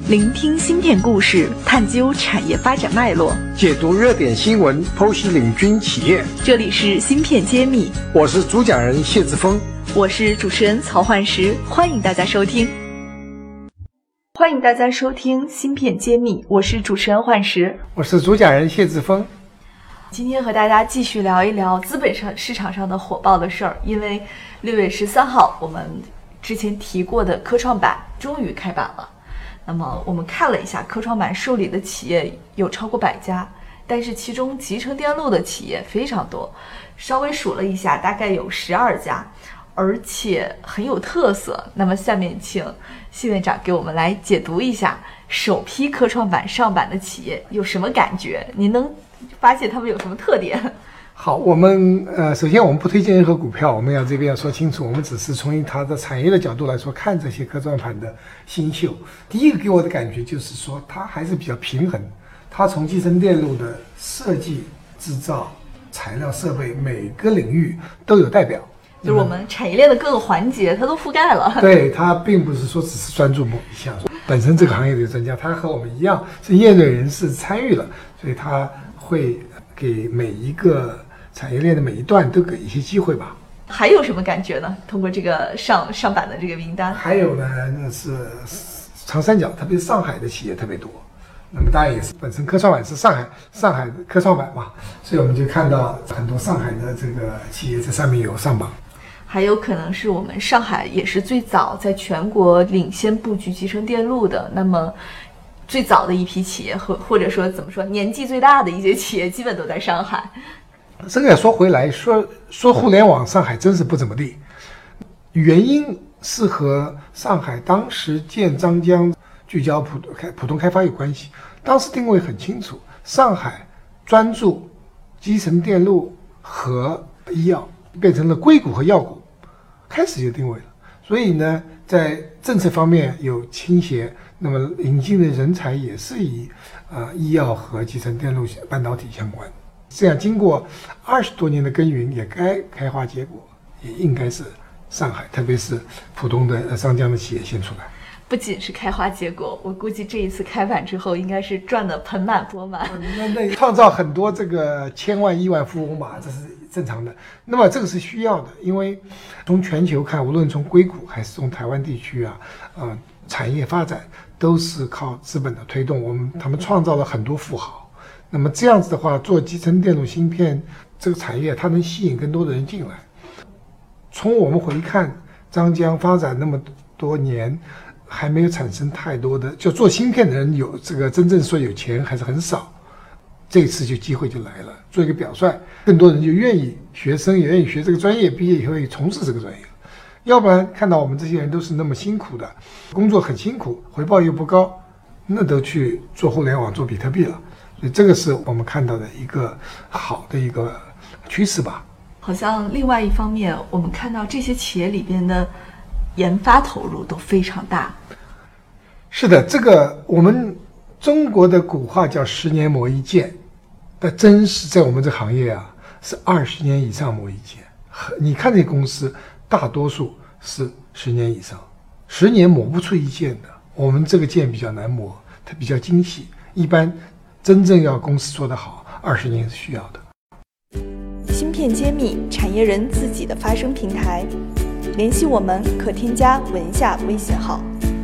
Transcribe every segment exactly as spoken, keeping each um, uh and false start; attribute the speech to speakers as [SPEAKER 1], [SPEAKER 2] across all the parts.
[SPEAKER 1] 聆听芯片故事，探究产业发展脉络，
[SPEAKER 2] 解读热点新闻，剖析领军企业。
[SPEAKER 1] 这里是芯片揭秘，
[SPEAKER 2] 我是主讲人谢志峰，
[SPEAKER 1] 我是主持人曹焕石，欢迎大家收听。欢迎大家收听芯片揭秘，我是主持人焕石，
[SPEAKER 2] 我是主讲人谢志峰。
[SPEAKER 1] 今天和大家继续聊一聊资本上市场上的火爆的事儿，因为六月十三号我们之前提过的科创板终于开板了。那么我们看了一下科创板受理的企业有超过百家，但是其中集成电路的企业非常多，稍微数了一下大概有十二家，而且很有特色。那么下面请谢院长给我们来解读一下首批科创板上板的企业有什么感觉，您能发现他们有什么特点？
[SPEAKER 2] 好，我们呃，首先我们不推荐任何股票，我们要这边要说清楚，我们只是从它的产业的角度来说看这些科创板的新秀。第一个给我的感觉就是说，它还是比较平衡，它从集成电路的设计、制造、材料、设备每个领域都有代表，
[SPEAKER 1] 就是我们产业链的各个环节它都覆盖了。
[SPEAKER 2] 对，它并不是说只是专注某一项，本身这个行业的专家，他和我们一样是业内人士参与了，所以他会给每一个产业链的每一段都给一些机会吧。
[SPEAKER 1] 还有什么感觉呢？通过这个上上板的这个名单，
[SPEAKER 2] 还有呢，那是长三角，特别是上海的企业特别多。那么当然也是本身科创板是上海上海的科创板嘛，所以我们就看到很多上海的这个企业在上面有上榜。
[SPEAKER 1] 还有可能是我们上海也是最早在全国领先布局集成电路的，那么最早的一批企业，或或者说怎么说，年纪最大的一些企业基本都在上海。
[SPEAKER 2] 这个说回来说说互联网，上海真是不怎么地，原因是和上海当时建张江聚焦普开普通开发有关系。当时定位很清楚，上海专注集成电路和医药，变成了硅谷和药股，开始就定位了。所以呢，在政策方面有倾斜，那么引进的人才也是以呃医药和集成电路半导体相关。这样经过二十多年的耕耘，也该开花结果，也应该是上海，特别是浦东的上江的企业先出来。
[SPEAKER 1] 不仅是开花结果，我估计这一次开板之后，应该是赚得盆满钵满。
[SPEAKER 2] 那那创造很多这个千万亿万富翁嘛，这是正常的。那么这个是需要的，因为从全球看，无论从硅谷还是从台湾地区啊，呃，产业发展都是靠资本的推动，我们他们创造了很多富豪。那么这样子的话，做集成电路芯片这个产业，它能吸引更多的人进来。从我们回看张江发展那么多年，还没有产生太多的，就做芯片的人有这个真正说有钱还是很少。这次就机会就来了，做一个表率，更多人就愿意，学生也愿意学这个专业，毕业以后也从事这个专业。要不然看到我们这些人都是那么辛苦的，工作很辛苦，回报又不高，那都去做互联网做比特币了。所以这个是我们看到的一个好的一个趋势吧。
[SPEAKER 1] 好像另外一方面，我们看到这些企业里边的研发投入都非常大。
[SPEAKER 2] 是的，这个我们中国的古话叫十年磨一剑，但真是在我们这行业啊，是二十年以上磨一剑。你看这公司大多数是十年以上，十年磨不出一剑的。我们这个剑比较难磨，它比较精细，一般真正要公司做得好，二十年是需要的。
[SPEAKER 1] 芯片揭秘，产业人自己的发声平台，联系我们可添加文下微信号。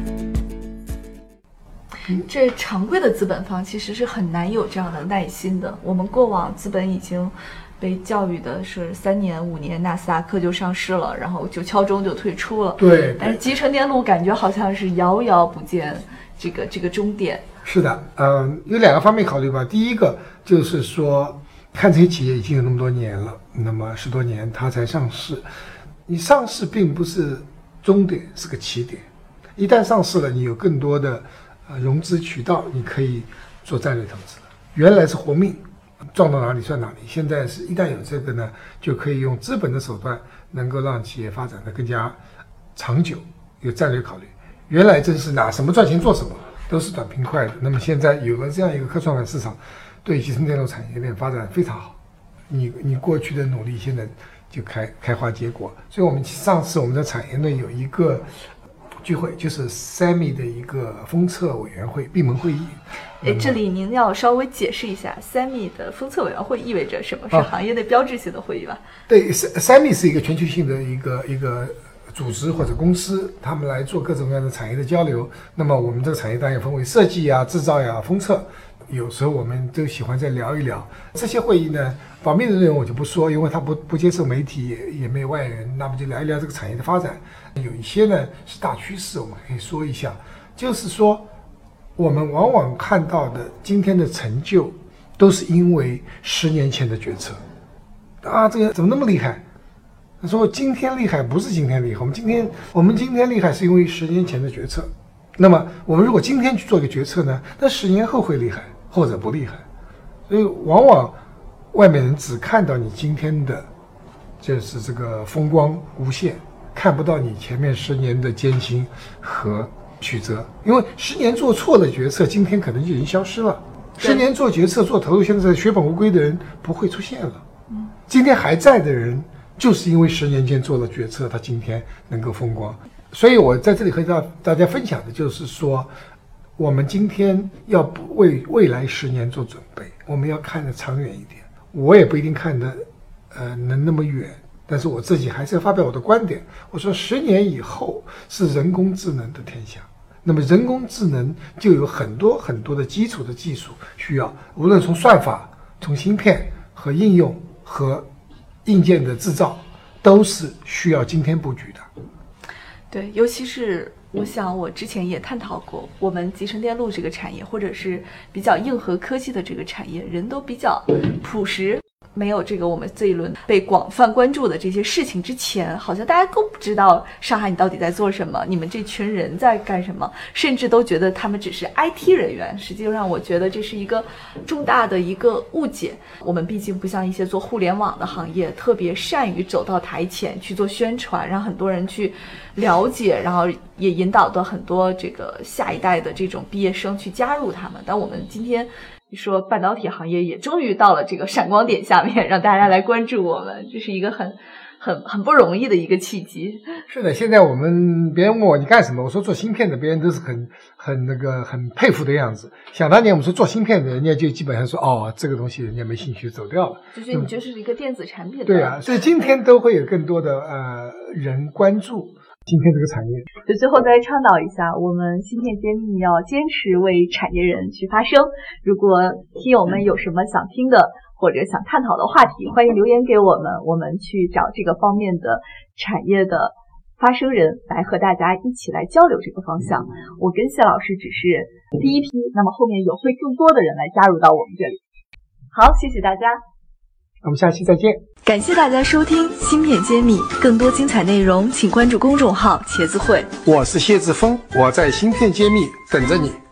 [SPEAKER 1] 这常规的资本方其实是很难有这样的耐心的。我们过往资本已经被教育的是三年五年纳斯达克就上市了，然后就敲钟就退出了。
[SPEAKER 2] 对，
[SPEAKER 1] 但是集成电路感觉好像是遥遥不见这个这个终点。
[SPEAKER 2] 是的，嗯、呃，有两个方面考虑吧。第一个就是说，看这些企业已经有那么多年了，那么十多年它才上市，你上市并不是终点，是个起点。一旦上市了，你有更多的呃融资渠道，你可以做战略投资了。原来是活命，撞到哪里算哪里。现在是一旦有这个呢，就可以用资本的手段，能够让企业发展的更加长久，有战略考虑。原来真是拿什么赚钱做什么，都是短平快的。那么现在有了这样一个科创板市场，对集成电路产业链发展非常好。你你过去的努力现在就开开花结果。所以我们上次我们在产业内有一个聚会，就是 S A M I 的一个封测委员会闭门会议。
[SPEAKER 1] 哎，这里您要稍微解释一下 S A M I 的封测委员会意味着什么？是行业的标志性的会议吧？
[SPEAKER 2] 对 ，S A M I 是一个全球性的一个一个组织或者公司，他们来做各种各样的产业的交流。那么我们这个产业当然分为设计呀、制造呀、封测。有时候我们都喜欢再聊一聊这些会议呢，保密的内容我就不说，因为他不不接受媒体，也也没有外人，那么就聊一聊这个产业的发展。有一些呢是大趋势，我们可以说一下，就是说我们往往看到的今天的成就，都是因为十年前的决策。啊，这个怎么那么厉害？他说今天厉害不是今天厉害，我们今天我们今天厉害是因为十年前的决策。那么我们如果今天去做一个决策呢，那十年后会厉害或者不厉害。所以往往外面人只看到你今天的就是这个风光无限，看不到你前面十年的艰辛和曲折。因为十年做错的决策，今天可能就已经消失了。十年做决策做投入，现在血本无归的人不会出现了。今天还在的人，就是因为十年前做了决策，他今天能够风光。所以我在这里和大家分享的就是说，我们今天要为未来十年做准备，我们要看得长远一点。我也不一定看得呃能那么远，但是我自己还是要发表我的观点。我说十年以后是人工智能的天下，那么人工智能就有很多很多的基础的技术需要，无论从算法、从芯片和应用和硬件的制造，都是需要今天布局的。
[SPEAKER 1] 对，尤其是我想我之前也探讨过，我们集成电路这个产业，或者是比较硬核科技的这个产业，人都比较朴实，没有这个我们这一轮被广泛关注的这些事情之前，好像大家都不知道上海你到底在做什么，你们这群人在干什么，甚至都觉得他们只是 I T 人员。实际上我觉得这是一个重大的一个误解。我们毕竟不像一些做互联网的行业特别善于走到台前去做宣传，让很多人去了解，然后也引导到很多这个下一代的这种毕业生去加入他们。但我们今天说半导体行业也终于到了这个闪光点下面，让大家来关注我们，这是一个很很很不容易的一个契机。
[SPEAKER 2] 是的，现在我们别人问我你干什么，我说做芯片的，别人都是很很那个很佩服的样子。想当年我们说做芯片的，人家就基本上说哦，这个东西人家没兴趣走掉了，
[SPEAKER 1] 就是你就是一个电子产品的。
[SPEAKER 2] 对啊，所以今天都会有更多的呃人关注芯片这个产业。
[SPEAKER 1] 就最后再倡导一下，我们芯片揭秘要坚持为产业人去发声。如果听友们有什么想听的或者想探讨的话题，欢迎留言给我们，我们去找这个方面的产业的发声人来和大家一起来交流这个方向。我跟谢老师只是第一批，那么后面有会更多的人来加入到我们这里。好，谢谢大家，
[SPEAKER 2] 我们下期再见。
[SPEAKER 1] 感谢大家收听芯片揭秘，更多精彩内容请关注公众号茄子会。
[SPEAKER 2] 我是谢志峰，我在芯片揭秘等着你。